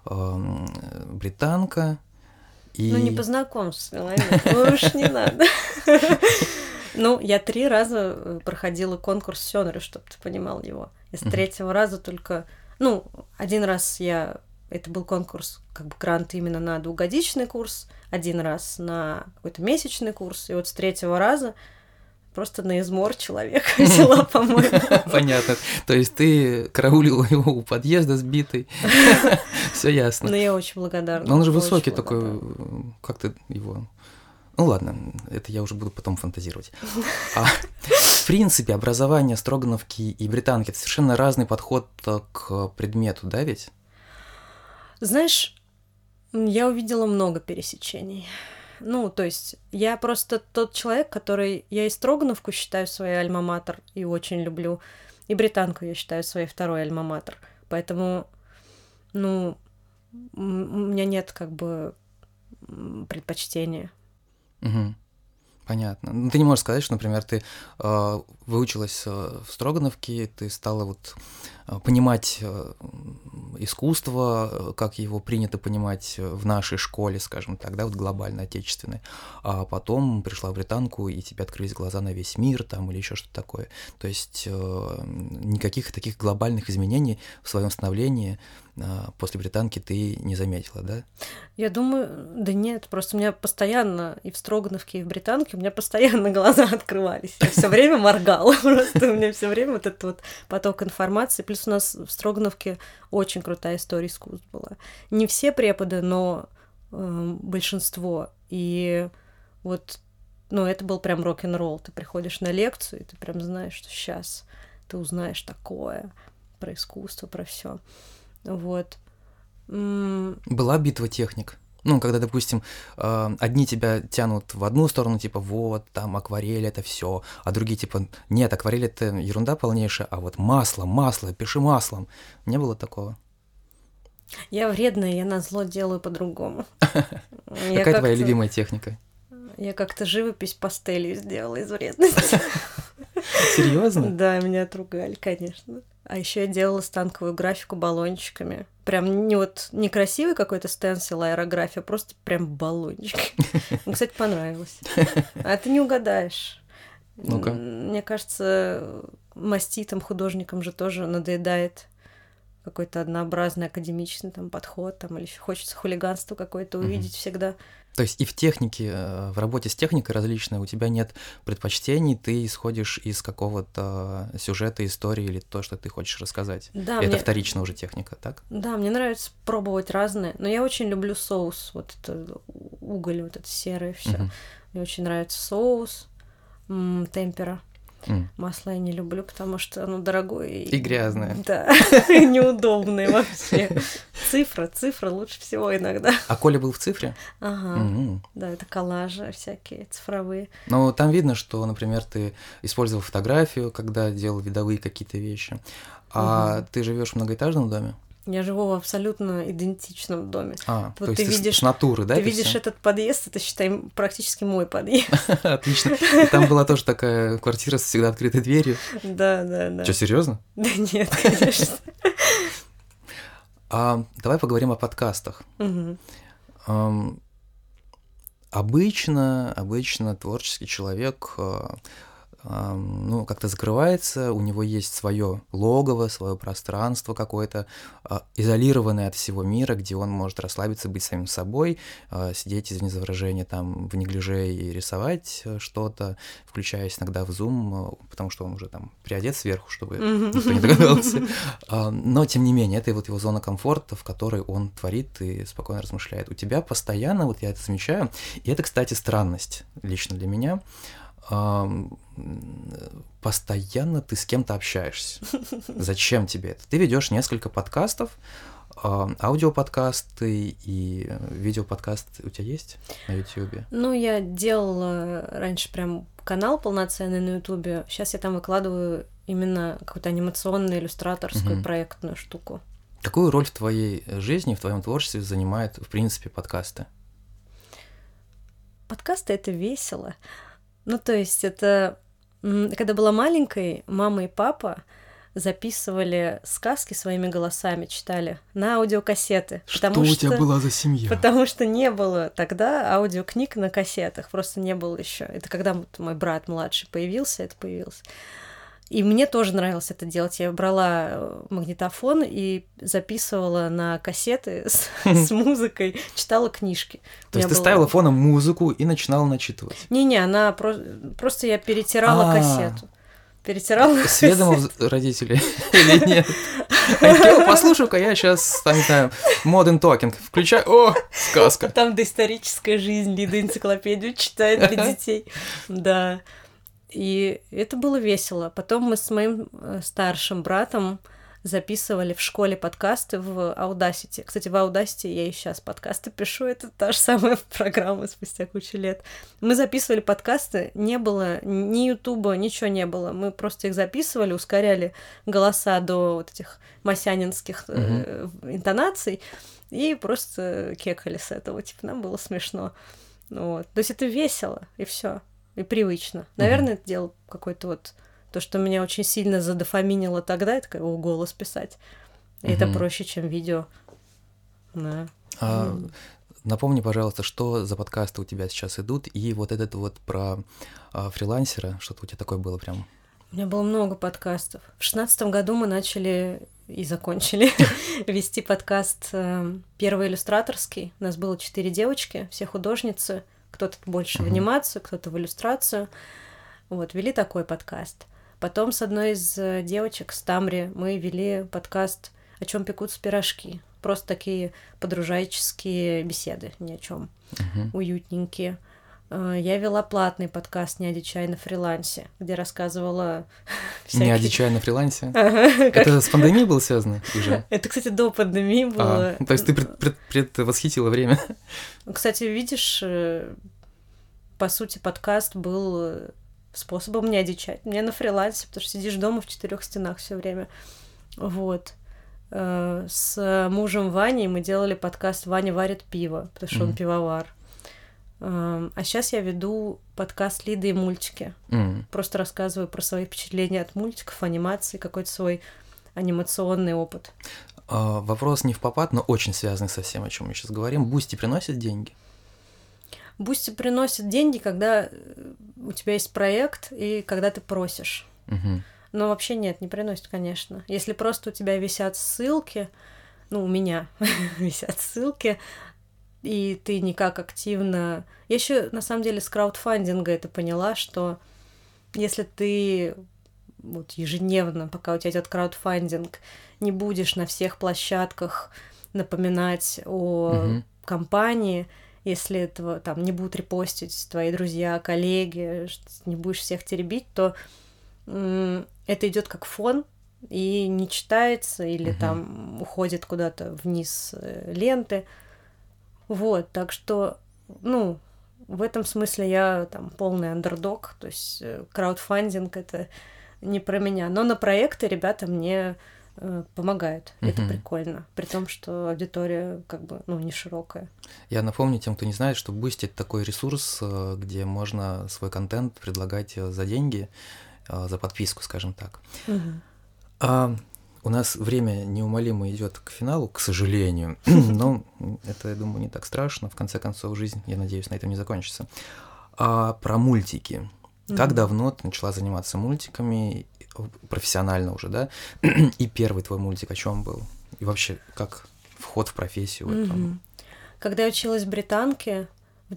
[SPEAKER 1] британка.
[SPEAKER 2] Ну, не по знакомству с Меламедом, уж не надо. Ну, я 3 раза проходила конкурс Сёнэра, чтобы ты понимал его. Я с 3-го раза только... Ну, 1 раз это был конкурс, как бы грант именно на 2-годичный курс, 1 раз на какой-то месячный курс, и вот с 3-го раза просто на измор человека взяла, по-моему.
[SPEAKER 1] Понятно. То есть ты караулила его у подъезда сбитый. Все ясно.
[SPEAKER 2] Ну, я очень благодарна.
[SPEAKER 1] Но он же высокий такой, как ты его... Ну ладно, это я уже буду потом фантазировать. В принципе, образование Строгановки и британки — это совершенно разный подход к предмету, да ведь?
[SPEAKER 2] Знаешь, я увидела много пересечений. Ну, то есть я просто тот человек, который... Я и Строгановку считаю своей альма-матер и очень люблю, и британку я считаю своей второй альма-матер. Поэтому, ну, у меня нет как бы предпочтения.
[SPEAKER 1] Угу. Понятно. Ну, ты не можешь сказать, что, например, ты выучилась в Строгановке, ты стала вот понимать искусство, как его принято понимать в нашей школе, скажем так, да, вот глобально отечественной, а потом пришла в британку, и тебе открылись глаза на весь мир там или еще что-то такое. То есть никаких таких глобальных изменений в своем становлении после британки ты не заметила, да?
[SPEAKER 2] Я думаю, да нет, просто у меня постоянно и в Строгановке, и в британке у меня постоянно глаза открывались. Я все время моргала, просто у меня все время вот этот вот поток информации. Плюс у нас в Строгановке очень крутая история искусств была. Не все преподы, но большинство. И вот, ну, это был прям рок-н-ролл. Ты приходишь на лекцию, и ты прям знаешь, что сейчас ты узнаешь такое про искусство, про все. Вот.
[SPEAKER 1] Была битва техник? Ну, когда, допустим, одни тебя тянут в одну сторону, типа, вот, там, акварель — это все, а другие, типа, нет, акварель — это ерунда полнейшая, а вот масло, пиши маслом. Не было такого?
[SPEAKER 2] Я вредная, я назло делаю по-другому.
[SPEAKER 1] Какая твоя любимая техника?
[SPEAKER 2] Я как-то живопись пастелью сделала из вредности.
[SPEAKER 1] Серьезно?
[SPEAKER 2] Да, меня отругали, конечно. А еще я делала станковую графику баллончиками. Прям не красивый какой-то стенсил, аэрография, просто прям баллончик. Мне, кстати, понравилось. А ты не угадаешь.
[SPEAKER 1] Ну-ка.
[SPEAKER 2] Мне кажется, маститым художникам же тоже надоедает какой-то однообразный академичный там подход, там, или еще хочется хулиганство какое-то увидеть всегда.
[SPEAKER 1] То есть и в технике, в работе с техникой различной у тебя нет предпочтений, ты исходишь из какого-то сюжета, истории или то, что ты хочешь рассказать.
[SPEAKER 2] Да,
[SPEAKER 1] это вторичная уже техника, так?
[SPEAKER 2] Да, мне нравится пробовать разные, но я очень люблю соус, вот это уголь, вот это серое все. Мне очень нравится соус, темпера. Масло я не люблю, потому что оно дорогое.
[SPEAKER 1] И грязное.
[SPEAKER 2] Да, неудобное вообще. Цифра лучше всего иногда.
[SPEAKER 1] А Коля был в цифре?
[SPEAKER 2] Ага, да, это коллажи всякие цифровые.
[SPEAKER 1] Ну, там видно, что, например, ты использовал фотографию, когда делал видовые какие-то вещи. А ты живешь в многоэтажном доме?
[SPEAKER 2] Я живу в абсолютно идентичном доме.
[SPEAKER 1] То
[SPEAKER 2] Вот
[SPEAKER 1] есть
[SPEAKER 2] ты видишь
[SPEAKER 1] с натуры, да?
[SPEAKER 2] Ты видишь этот подъезд, это, считай, практически мой подъезд.
[SPEAKER 1] Отлично. И там была тоже такая квартира с всегда открытой дверью.
[SPEAKER 2] Да.
[SPEAKER 1] Что, серьезно?
[SPEAKER 2] Да нет, конечно.
[SPEAKER 1] Давай поговорим о подкастах. Обычно творческий человек как-то закрывается, у него есть свое логово, свое пространство какое-то, изолированное от всего мира, где он может расслабиться, быть самим собой, сидеть, извини за выражение, там в неглиже и рисовать что-то, включаясь иногда в Zoom, потому что он уже там приодет сверху, чтобы никто не догадался. Но, тем не менее, это вот его зона комфорта, в которой он творит и спокойно размышляет. У тебя постоянно, вот я это замечаю, и это, кстати, странность лично для меня, постоянно ты с кем-то общаешься. Зачем тебе это? Ты ведешь несколько подкастов, аудиоподкасты и видеоподкасты у тебя есть на YouTube?
[SPEAKER 2] Ну, я делала раньше прям канал полноценный на YouTube. Сейчас я там выкладываю именно какую-то анимационную, иллюстраторскую, проектную штуку.
[SPEAKER 1] Какую роль в твоей жизни, в твоем творчестве занимают, в принципе, подкасты?
[SPEAKER 2] Подкасты — это весело. Ну, то есть это... Когда была маленькой, мама и папа записывали сказки своими голосами, читали на аудиокассеты.
[SPEAKER 1] Что у тебя была за семья?
[SPEAKER 2] Потому что не было тогда аудиокниг на кассетах, просто не было еще. Это когда мой брат младший появился, это появилось. И мне тоже нравилось это делать. Я брала магнитофон и записывала на кассеты с музыкой, читала книжки.
[SPEAKER 1] То есть ты ставила фоном музыку и начинала начитывать?
[SPEAKER 2] Не-не, она просто я перетирала кассету.
[SPEAKER 1] С ведома родителей или нет? Послушай-ка, я сейчас, там, не знаю, Modern Talking включаю, о, сказка.
[SPEAKER 2] Там доисторическая жизнь, Лида энциклопедию читает для детей. Да. И это было весело. Потом мы с моим старшим братом записывали в школе подкасты в Audacity. Кстати, в Audacity я и сейчас подкасты пишу, это та же самая программа спустя кучу лет. Мы записывали подкасты, не было ни Ютуба, ничего не было. Мы просто их записывали, ускоряли голоса до вот этих масянинских интонаций и просто кекали с этого. Типа, нам было смешно. Вот. То есть это весело, и все. И привычно. Наверное, это делал какой-то вот... То, что меня очень сильно задофаминило тогда, это как голос писать. И это проще, чем видео. Да.
[SPEAKER 1] Напомни, пожалуйста, что за подкасты у тебя сейчас идут, и вот этот вот про фрилансера, что-то у тебя такое было прям...
[SPEAKER 2] У меня было много подкастов. В 2016 году мы начали и закончили вести подкаст «Первый иллюстраторский». У нас было 4 девочки, все художницы. Кто-то больше в анимацию, кто-то в иллюстрацию. Вот, вели такой подкаст. Потом с одной из девочек, с Тамри, мы вели подкаст «О чем пекутся пирожки». Просто такие подружайческие беседы, ни о чем, уютненькие. Я вела платный подкаст «Не одичай на фрилансе», где рассказывала
[SPEAKER 1] всякие... Не одичай на фрилансе? Это с пандемией было связано уже?
[SPEAKER 2] Это, кстати, до пандемии было.
[SPEAKER 1] То есть ты предвосхитила время?
[SPEAKER 2] Кстати, видишь, по сути, подкаст был способом не одичать. Мне на фрилансе, потому что сидишь дома в 4 стенах все время. Вот. С мужем Ваней мы делали подкаст «Ваня варит пиво», потому что он пивовар. А сейчас я веду подкаст «Лида и мультики». Просто рассказываю про свои впечатления от мультиков, анимации, какой-то свой анимационный опыт.
[SPEAKER 1] Вопрос не впопад, но очень связанный со всем, о чем мы сейчас говорим. Бусти приносит деньги?
[SPEAKER 2] Бусти приносит деньги, когда у тебя есть проект и когда ты просишь. Но вообще нет, не приносит, конечно. Если просто у тебя висят ссылки, ну, у меня висят ссылки, и ты никак активно... Я еще на самом деле с краудфандинга это поняла, что если ты вот ежедневно, пока у тебя идет краудфандинг, не будешь на всех площадках напоминать о компании, если этого там не будут репостить твои друзья, коллеги, не будешь всех теребить, то это идет как фон и не читается, или там уходит куда-то вниз ленты. Вот, так что, ну, в этом смысле я там полный андердог, то есть краудфандинг — это не про меня. Но на проекты ребята мне помогают. Это прикольно. При том, что аудитория как бы, ну, не широкая.
[SPEAKER 1] Я напомню тем, кто не знает, что Boosty — это такой ресурс, где можно свой контент предлагать за деньги, за подписку, скажем так. У нас время неумолимо идет к финалу, к сожалению, но это, я думаю, не так страшно. В конце концов, жизнь, я надеюсь, на этом не закончится. Про мультики. Как давно ты начала заниматься мультиками, профессионально уже, да? И первый твой мультик о чем был? И вообще, как вход в профессию?
[SPEAKER 2] Когда я училась в британке, в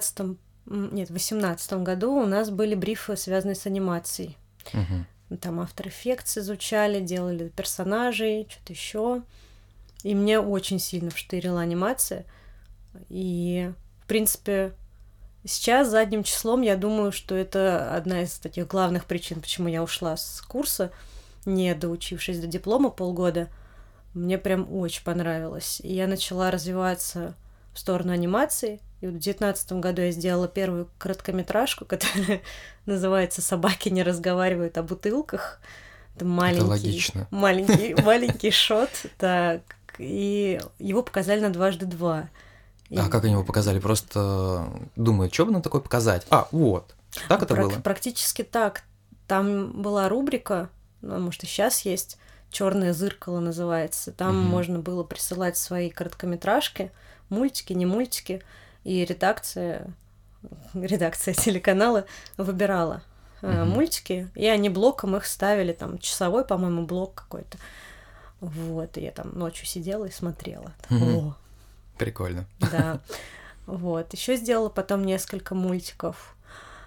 [SPEAKER 2] 18 году у нас были брифы, связанные с анимацией. Там After Effects изучали, делали персонажей, что-то еще. И мне очень сильно вштырила анимация. И, в принципе, сейчас задним числом я думаю, что это одна из таких главных причин, почему я ушла с курса, не доучившись до диплома полгода. Мне прям очень понравилось. И я начала развиваться в сторону анимации. И вот в 2019 году я сделала первую короткометражку, которая называется «Собаки не разговаривают о бутылках». Это маленький шот. Так, и его показали на 2x2.
[SPEAKER 1] А как они его показали? Просто думают, что бы нам такое показать? Вот. Так это было?
[SPEAKER 2] Практически так. Там была рубрика, может, и сейчас есть, «Черное зеркало» называется. Там можно было присылать свои короткометражки, мультики, не мультики, и редакция телеканала выбирала мультики, и они блоком их ставили, там, часовой, по-моему, блок какой-то. Вот, и я там ночью сидела и смотрела.
[SPEAKER 1] Прикольно.
[SPEAKER 2] Да. Вот. Еще сделала потом несколько мультиков.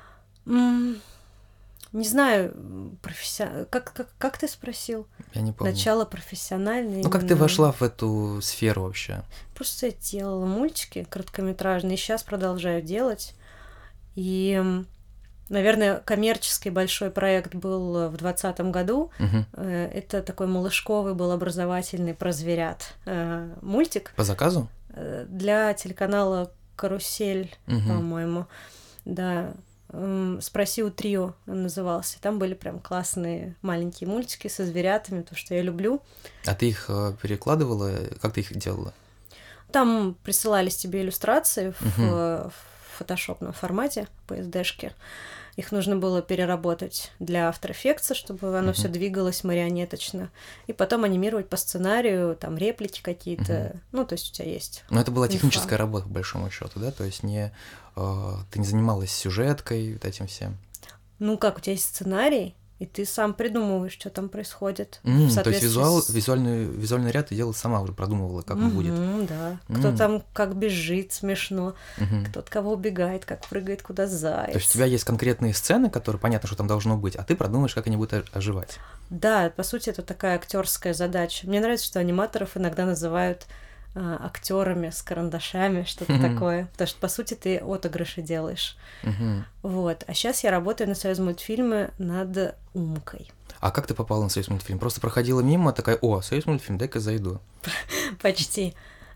[SPEAKER 2] Не знаю, как ты спросил?
[SPEAKER 1] Я не помню.
[SPEAKER 2] Начало профессиональное.
[SPEAKER 1] Ну, как ты вошла в эту сферу вообще?
[SPEAKER 2] Просто я делала мультики короткометражные, и сейчас продолжаю делать. И, наверное, коммерческий большой проект был в 2020 году. Это такой малышковый был образовательный про зверят мультик.
[SPEAKER 1] По заказу?
[SPEAKER 2] Для телеканала «Карусель», по-моему. Да. «Спроси у Трио» он назывался. Там были прям классные маленькие мультики со зверятами, то, что я люблю.
[SPEAKER 1] А ты их перекладывала? Как ты их делала?
[SPEAKER 2] Там присылались тебе иллюстрации в фотошопном формате, PSD-шке. Их нужно было переработать для After Effects, чтобы оно все двигалось марионеточно. И потом анимировать по сценарию, там реплики какие-то. Ну, то есть у тебя есть.
[SPEAKER 1] Но это была техническая работа, по большому счету, да? То есть ты не занималась сюжеткой, вот этим всем.
[SPEAKER 2] Ну, как, у тебя есть сценарий, и ты сам придумываешь, что там происходит.
[SPEAKER 1] То есть визуальный ряд ты делала сама, уже продумывала, как он будет.
[SPEAKER 2] Да. Кто там как бежит смешно, кто от кого убегает, как прыгает, куда заяц.
[SPEAKER 1] То есть у тебя есть конкретные сцены, которые понятно, что там должно быть, а ты продумаешь, как они будут оживать.
[SPEAKER 2] Да, по сути, это такая актерская задача. Мне нравится, что аниматоров иногда называют актерами с карандашами, что-то такое. Потому что, по сути, ты отыгрыши делаешь. Вот. А сейчас я работаю на Союзмультфильме над «Умкой».
[SPEAKER 1] А как ты попала на Союзмультфильм? Просто проходила мимо, такая: о, Союзмультфильм, дай-ка зайду.
[SPEAKER 2] Почти.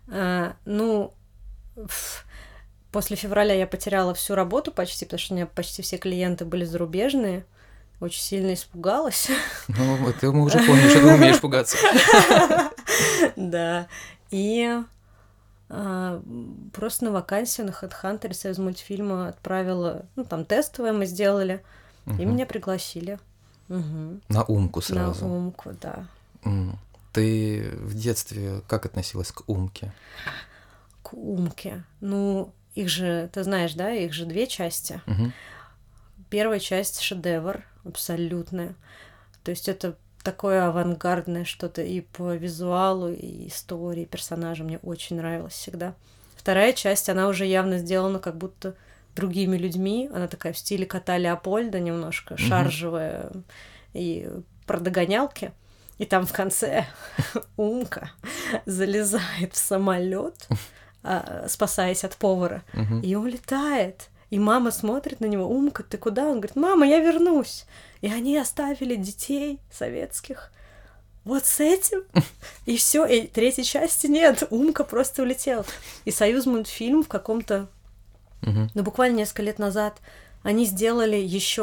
[SPEAKER 2] После февраля я потеряла всю работу почти, потому что у меня почти все клиенты были зарубежные. Очень сильно испугалась.
[SPEAKER 1] Ну, это мы уже поняли, что ты умеешь пугаться.
[SPEAKER 2] Да. И просто на вакансию на HeadHunter Союзмультфильма отправила, ну, там тестовое мы сделали, и меня пригласили.
[SPEAKER 1] На Умку сразу.
[SPEAKER 2] На Умку, да.
[SPEAKER 1] Ты в детстве как относилась к Умке?
[SPEAKER 2] К Умке? Ну, их же, ты знаешь, да, их же 2 части. Первая часть — шедевр абсолютная. То есть это такое авангардное что-то и по визуалу, и истории, персонажам. Мне очень нравилось всегда. Вторая часть, она уже явно сделана как будто другими людьми. Она такая в стиле кота Леопольда немножко, шаржевая, и про догонялки. И там в конце Умка залезает в самолет, спасаясь от повара, и улетает. И мама смотрит на него: «Умка, ты куда?» Он говорит: «Мама, я вернусь». И они оставили детей советских вот с этим. И все, и 3-й части нет. Умка просто улетел. И Союзмультфильм в каком-то, ну, буквально несколько лет назад, они сделали еще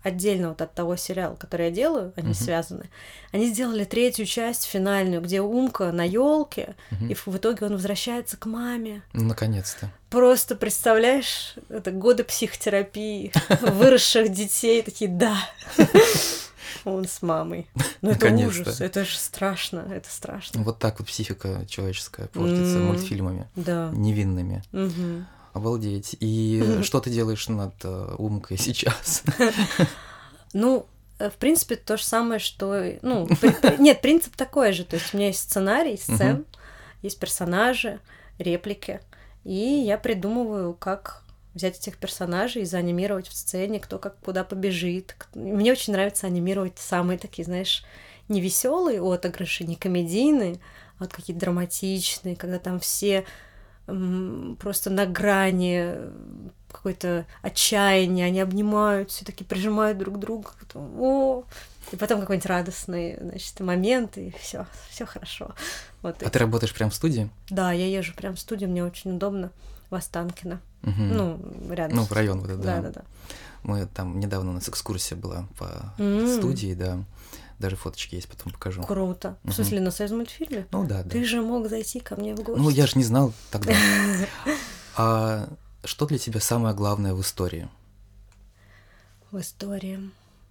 [SPEAKER 2] отдельно вот от того сериала, который я делаю, они связаны. Они сделали 3-ю часть, финальную, где Умка на елке, и в итоге он возвращается к маме.
[SPEAKER 1] Ну, наконец-то.
[SPEAKER 2] Просто представляешь, это годы психотерапии, выросших детей, такие, да, он с мамой. Ну, это ужас, это же страшно, это страшно.
[SPEAKER 1] Вот так вот психика человеческая портится мультфильмами невинными. Обалдеть. И что ты делаешь над Умкой сейчас?
[SPEAKER 2] Ну, в принципе, то же самое, что... Ну, нет, принцип такой же. То есть у меня есть сценарий, сцен, есть персонажи, реплики, и я придумываю, как взять этих персонажей и заанимировать в сцене, кто как куда побежит. Мне очень нравится анимировать самые такие, знаешь, не веселые отыгрыши, не комедийные, а вот какие-то драматичные, когда там все просто на грани какое-то отчаяние, они обнимаются, все таки прижимают друг друга, и потом какой-нибудь радостный, значит, момент, и все хорошо. Вот
[SPEAKER 1] ты работаешь прямо в студии?
[SPEAKER 2] Да, я езжу прямо в студию, мне очень удобно, в Останкино. Ну, рядом.
[SPEAKER 1] Ну, в район вот это,
[SPEAKER 2] да.
[SPEAKER 1] Мы там, недавно у нас экскурсия была по студии, да. Даже фоточки есть, потом покажу.
[SPEAKER 2] Круто. В смысле, на Союзмультфильме?
[SPEAKER 1] Ну да.
[SPEAKER 2] Ты же мог зайти ко мне в гости.
[SPEAKER 1] Ну, я же не знал тогда. А что для тебя самое главное в истории?
[SPEAKER 2] В истории.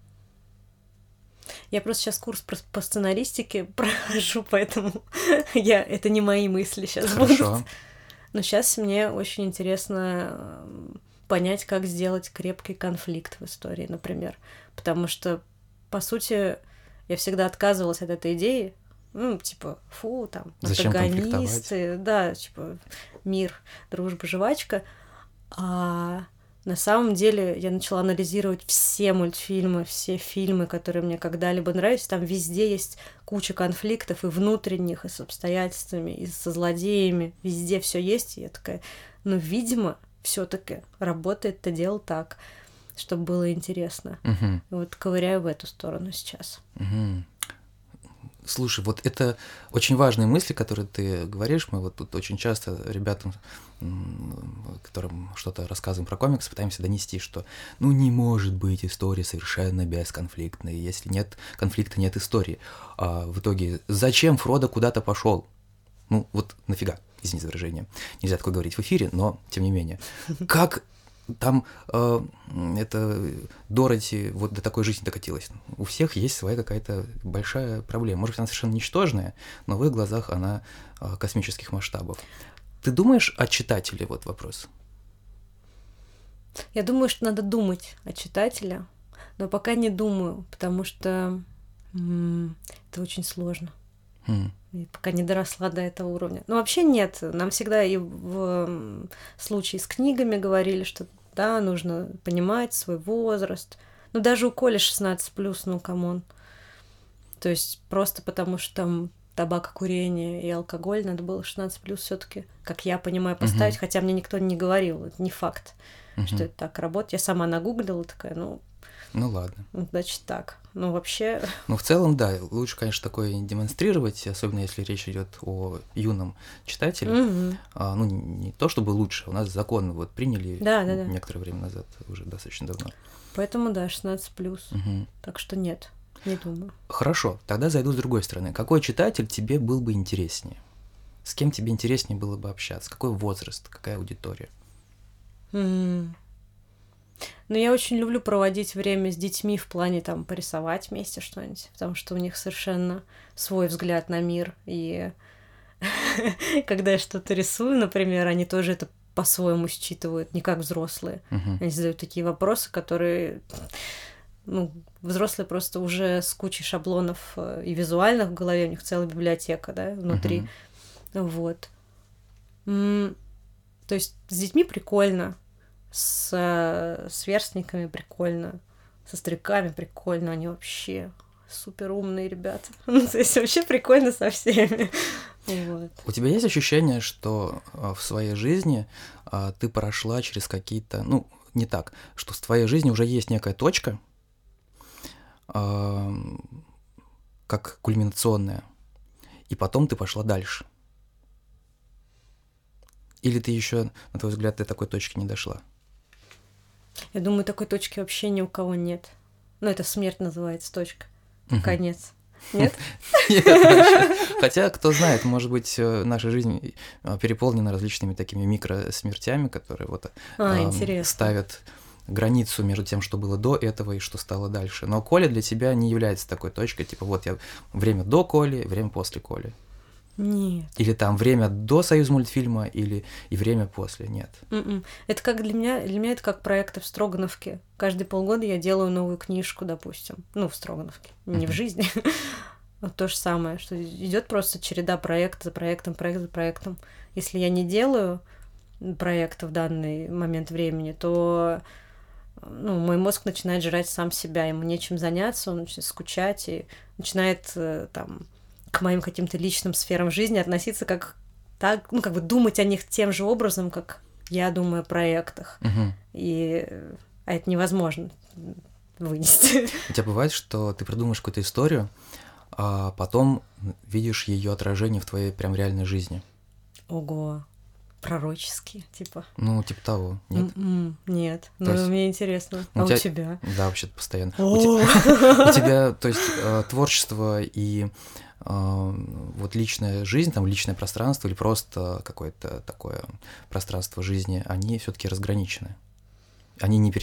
[SPEAKER 2] Я просто сейчас курс по сценаристике прохожу, поэтому это не мои мысли сейчас будут. Но сейчас мне очень интересно понять, как сделать крепкий конфликт в истории, например. Потому что, по сути, я всегда отказывалась от этой идеи. Ну, типа, там, антагонисты, да, типа, мир, дружба, жвачка. А на самом деле я начала анализировать все мультфильмы, все фильмы, которые мне когда-либо нравились. Там везде есть куча конфликтов и внутренних, и с обстоятельствами, и со злодеями. Везде все есть. И я такая, ну, видимо, все-таки работает это дело так, чтобы было интересно. Вот ковыряю в эту сторону сейчас.
[SPEAKER 1] Слушай, вот это очень важные мысли, которые ты говоришь. Мы вот тут очень часто ребятам, которым что-то рассказываем про комиксы, пытаемся донести, что ну не может быть история совершенно бесконфликтной. Если нет конфликта, нет истории. А в итоге зачем Фродо куда-то пошел? Ну вот нафига, извините за выражение. Нельзя такое говорить в эфире, но тем не менее. Как там это Дороти вот до такой жизни докатилась. У всех есть своя какая-то большая проблема. Может быть, она совершенно ничтожная, но в их глазах она космических масштабов. Ты думаешь о читателе? Вот вопрос.
[SPEAKER 2] Я думаю, что надо думать о читателе, но пока не думаю, потому что это очень сложно. И пока не доросла до этого уровня. Но вообще нет. Нам всегда и в случае с книгами говорили, что да, нужно понимать свой возраст. Ну, даже у Коли 16+, ну, камон. То есть просто потому, что там табакокурение и алкоголь, надо было 16+ все-таки, как я понимаю, поставить, хотя мне никто не говорил, это не факт, что это так работает. Я сама нагуглила, такая,
[SPEAKER 1] ну ладно.
[SPEAKER 2] Значит, так. Ну, вообще...
[SPEAKER 1] Ну, в целом, да, лучше, конечно, такое демонстрировать, особенно если речь идет о юном читателе. Ну, не то чтобы лучше, у нас закон вот приняли некоторое время назад, уже достаточно давно.
[SPEAKER 2] Поэтому, да, 16+. Так что нет, не думаю.
[SPEAKER 1] Хорошо, тогда зайду с другой стороны. Какой читатель тебе был бы интереснее? С кем тебе интереснее было бы общаться? Какой возраст, какая аудитория?
[SPEAKER 2] Ну, я очень люблю проводить время с детьми в плане там порисовать вместе что-нибудь, потому что у них совершенно свой взгляд на мир, и когда я что-то рисую, например, они тоже это по-своему считывают, не как взрослые. Они задают такие вопросы, которые, ну, взрослые просто уже с кучей шаблонов и визуальных в голове, у них целая библиотека, да, внутри. Вот. То есть с детьми прикольно. С сверстниками прикольно, со стариками прикольно, они вообще супер умные ребята. То есть вообще прикольно со всеми. Вот.
[SPEAKER 1] У тебя есть ощущение, что в своей жизни ты прошла через какие-то, ну, не так, что в твоей жизни уже есть некая точка, как кульминационная, и потом ты пошла дальше? Или ты еще, на твой взгляд, до такой точки не дошла?
[SPEAKER 2] Я думаю, такой точки вообще ни у кого нет. Ну, это смерть называется, точка. Конец. Нет?
[SPEAKER 1] Нет, хотя, кто знает, может быть, наша жизнь переполнена различными такими микросмертями, которые вот ставят границу между тем, что было до этого и что стало дальше. Но Коля для тебя не является такой точкой, типа вот я время до Коли, время после Коли.
[SPEAKER 2] Нет.
[SPEAKER 1] Или там время до Союзмультфильма, или и время после, нет.
[SPEAKER 2] Это как для меня это как проекты в Строгановке. Каждые полгода я делаю новую книжку, допустим. Ну, в Строгановке, не в жизни. Вот то же самое, что идет просто череда проект за проектом, проект за проектом. Если я не делаю проекта в данный момент времени, то мой мозг начинает жрать сам себя, ему нечем заняться, он начинает скучать и начинает там к моим каким-то личным сферам жизни относиться как так, как бы думать о них тем же образом, как я думаю о проектах. А это невозможно вынести.
[SPEAKER 1] У тебя бывает, что ты придумаешь какую-то историю, а потом видишь ее отражение в твоей прям реальной жизни?
[SPEAKER 2] Ого, пророческие, типа.
[SPEAKER 1] Ну, типа того, нет?
[SPEAKER 2] Нет, мне интересно. А у тебя?
[SPEAKER 1] Да, вообще-то постоянно. У тебя, то есть, творчество и вот личная жизнь, там личное пространство или просто какое-то такое пространство жизни, они все-таки разграничены. Они не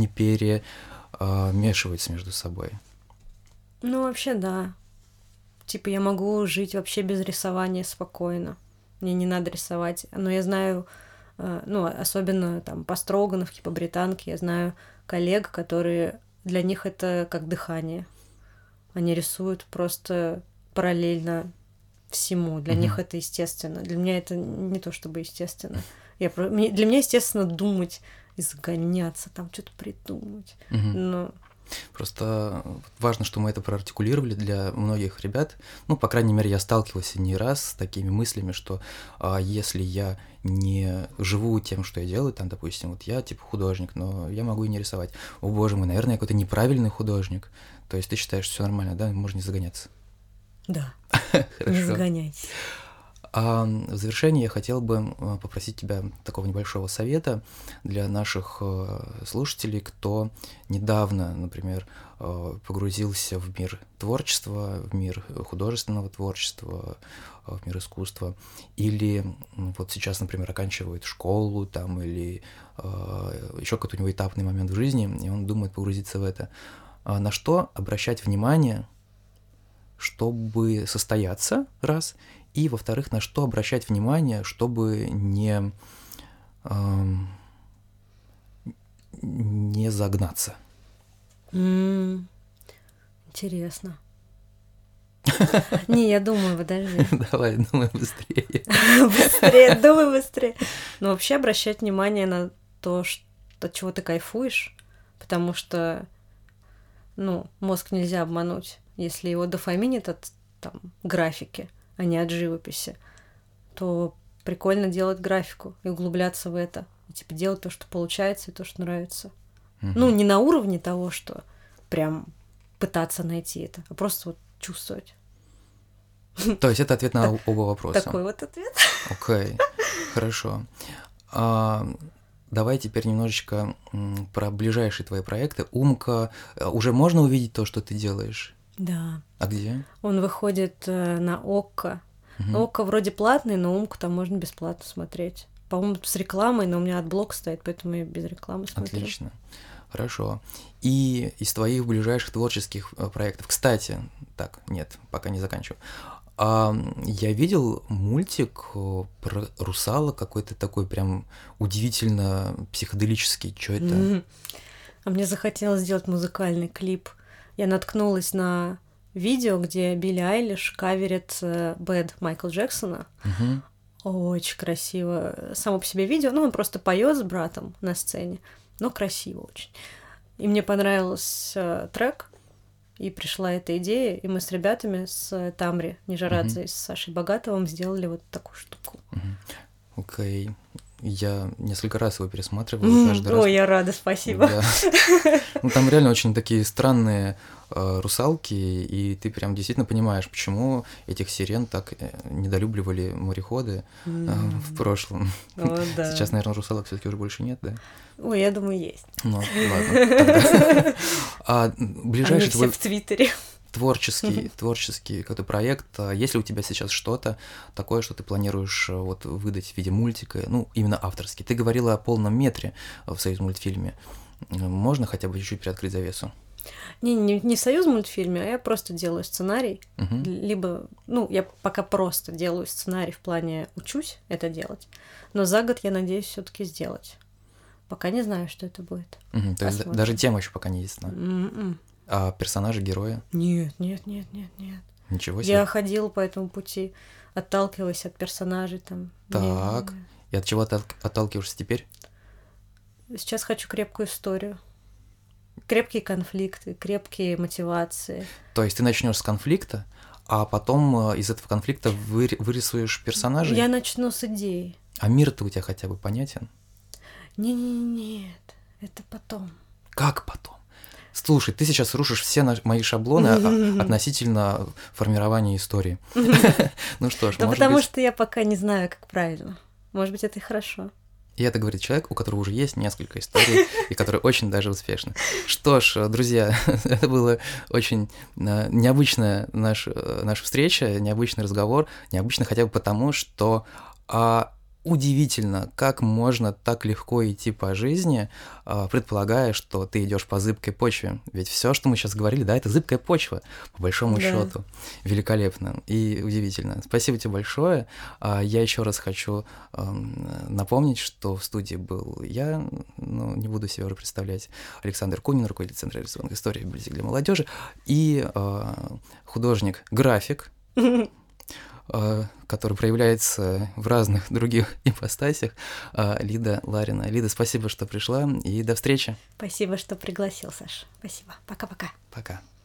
[SPEAKER 1] перемешиваются между собой.
[SPEAKER 2] Ну, вообще, да. Типа, я могу жить вообще без рисования спокойно. Мне не надо рисовать. Но я знаю, особенно там по Строгановке, по Британке, я знаю коллег, которые для них это как дыхание. Они рисуют просто параллельно всему. Для них это естественно. Для меня это не то чтобы естественно. Для меня естественно думать, изгоняться, там что-то придумать. Но...
[SPEAKER 1] Просто важно, что мы это проартикулировали для многих ребят. Ну, по крайней мере, я сталкивался не раз с такими мыслями, что если я не живу тем, что я делаю, там, допустим, вот я типа художник, но я могу и не рисовать. О, боже мой, наверное, я какой-то неправильный художник. То есть ты считаешь, что все нормально, да? Можно не загоняться.
[SPEAKER 2] Да, не загоняйтесь.
[SPEAKER 1] А в завершение я хотел бы попросить тебя такого небольшого совета для наших слушателей, кто недавно, например, погрузился в мир творчества, в мир художественного творчества, в мир искусства, или вот сейчас, например, оканчивает школу там, или еще какой-то у него этапный момент в жизни, и он думает погрузиться в это. На что обращать внимание, чтобы состояться, раз, и, во-вторых, на что обращать внимание, чтобы не загнаться.
[SPEAKER 2] Интересно. Не, я думаю, подожди.
[SPEAKER 1] Давай, думай быстрее.
[SPEAKER 2] Думай быстрее. Но вообще обращать внимание на то, от чего ты кайфуешь, потому что, мозг нельзя обмануть. Если его дофаминит от графики, а не от живописи, то прикольно делать графику и углубляться в это. И, делать то, что получается, и то, что нравится. Не на уровне того, что прям пытаться найти это, а просто чувствовать.
[SPEAKER 1] То есть это ответ на оба вопроса?
[SPEAKER 2] Такой вот ответ.
[SPEAKER 1] Окей, хорошо. Давай теперь немножечко про ближайшие твои проекты. Умка, уже можно увидеть то, что ты делаешь?
[SPEAKER 2] Да.
[SPEAKER 1] А где?
[SPEAKER 2] Он выходит на Окко. Окко вроде платный, но Умку там можно бесплатно смотреть. По-моему, с рекламой, но у меня отблок стоит, поэтому я без рекламы смотрю.
[SPEAKER 1] Отлично. Хорошо. И из твоих ближайших творческих проектов, кстати, нет, пока не заканчиваю. Я видел мультик про русалок какой-то такой прям удивительно психоделический. Что это?
[SPEAKER 2] А мне захотелось сделать музыкальный клип. Я наткнулась на видео, где Билли Айлиш каверит Bad Майкла Джексона. Очень красиво. Само по себе видео. Он просто поет с братом на сцене. Но красиво очень. И мне понравился трек. И пришла эта идея. И мы с ребятами, с Тамри Нижарадзе и с Сашей Богатовым сделали вот такую штуку.
[SPEAKER 1] Окей. Я несколько раз его пересматривал, каждый раз.
[SPEAKER 2] Ой, я рада, спасибо.
[SPEAKER 1] Да. Ну, там реально очень такие странные русалки, и ты прям действительно понимаешь, почему этих сирен так недолюбливали мореходы в прошлом.
[SPEAKER 2] О, да.
[SPEAKER 1] Сейчас, наверное, русалок все-таки уже больше нет, да?
[SPEAKER 2] Ой, я думаю, есть.
[SPEAKER 1] Ну, ладно. Тогда. А ближайший
[SPEAKER 2] Они все
[SPEAKER 1] твой
[SPEAKER 2] в Твиттере.
[SPEAKER 1] творческий какой-то проект, есть ли у тебя сейчас что-то такое, что ты планируешь вот выдать в виде мультика, ну, именно авторский? Ты говорила о полном метре в «Союзмультфильме». Можно хотя бы чуть-чуть приоткрыть завесу?
[SPEAKER 2] Не в Союз мультфильме, а я просто делаю сценарий.
[SPEAKER 1] Мгм.
[SPEAKER 2] Либо, ну, я пока просто делаю сценарий в плане учусь это делать, но за год я надеюсь все-таки сделать. Пока не знаю, что это будет.
[SPEAKER 1] Мгм. То есть
[SPEAKER 2] Посмотрим.
[SPEAKER 1] даже тема еще пока не ясна.
[SPEAKER 2] М-м.
[SPEAKER 1] А персонажи, герои?
[SPEAKER 2] Нет.
[SPEAKER 1] Ничего себе.
[SPEAKER 2] Я ходила по этому пути, отталкиваясь от персонажей там.
[SPEAKER 1] Так.
[SPEAKER 2] Не.
[SPEAKER 1] И от чего ты отталкиваешься теперь?
[SPEAKER 2] Сейчас хочу крепкую историю. Крепкие конфликты, крепкие мотивации.
[SPEAKER 1] То есть ты начнешь с конфликта, а потом из этого конфликта вырисуешь персонажей?
[SPEAKER 2] Я начну с идеи.
[SPEAKER 1] А мир-то у тебя хотя бы понятен?
[SPEAKER 2] Нет, это потом.
[SPEAKER 1] Как потом? Слушай, ты сейчас рушишь все мои шаблоны относительно формирования истории. Ну что ж,
[SPEAKER 2] Да
[SPEAKER 1] может
[SPEAKER 2] потому
[SPEAKER 1] быть...
[SPEAKER 2] что я пока не знаю, как правильно. Может быть, это и хорошо.
[SPEAKER 1] И это говорит человек, у которого уже есть несколько историй, и которые очень даже успешны. Что ж, друзья, это была очень необычная наша встреча, необычный разговор. Необычно хотя бы потому, что удивительно, как можно так легко идти по жизни, предполагая, что ты идешь по зыбкой почве. Ведь все, что мы сейчас говорили, да, это зыбкая почва, по большому счету. Великолепно и удивительно. Спасибо тебе большое. Я еще раз хочу напомнить, что в студии был я, ну, не буду себя уже представлять, Александр Кунин, руководитель Центра реализованных историй «Библиотека для молодежи», и художник-график, который проявляется в разных других ипостасях, Лида Ларина. Лида, спасибо, что пришла, и до встречи.
[SPEAKER 2] Спасибо, что пригласил, Саш. Спасибо. Пока-пока.
[SPEAKER 1] Пока.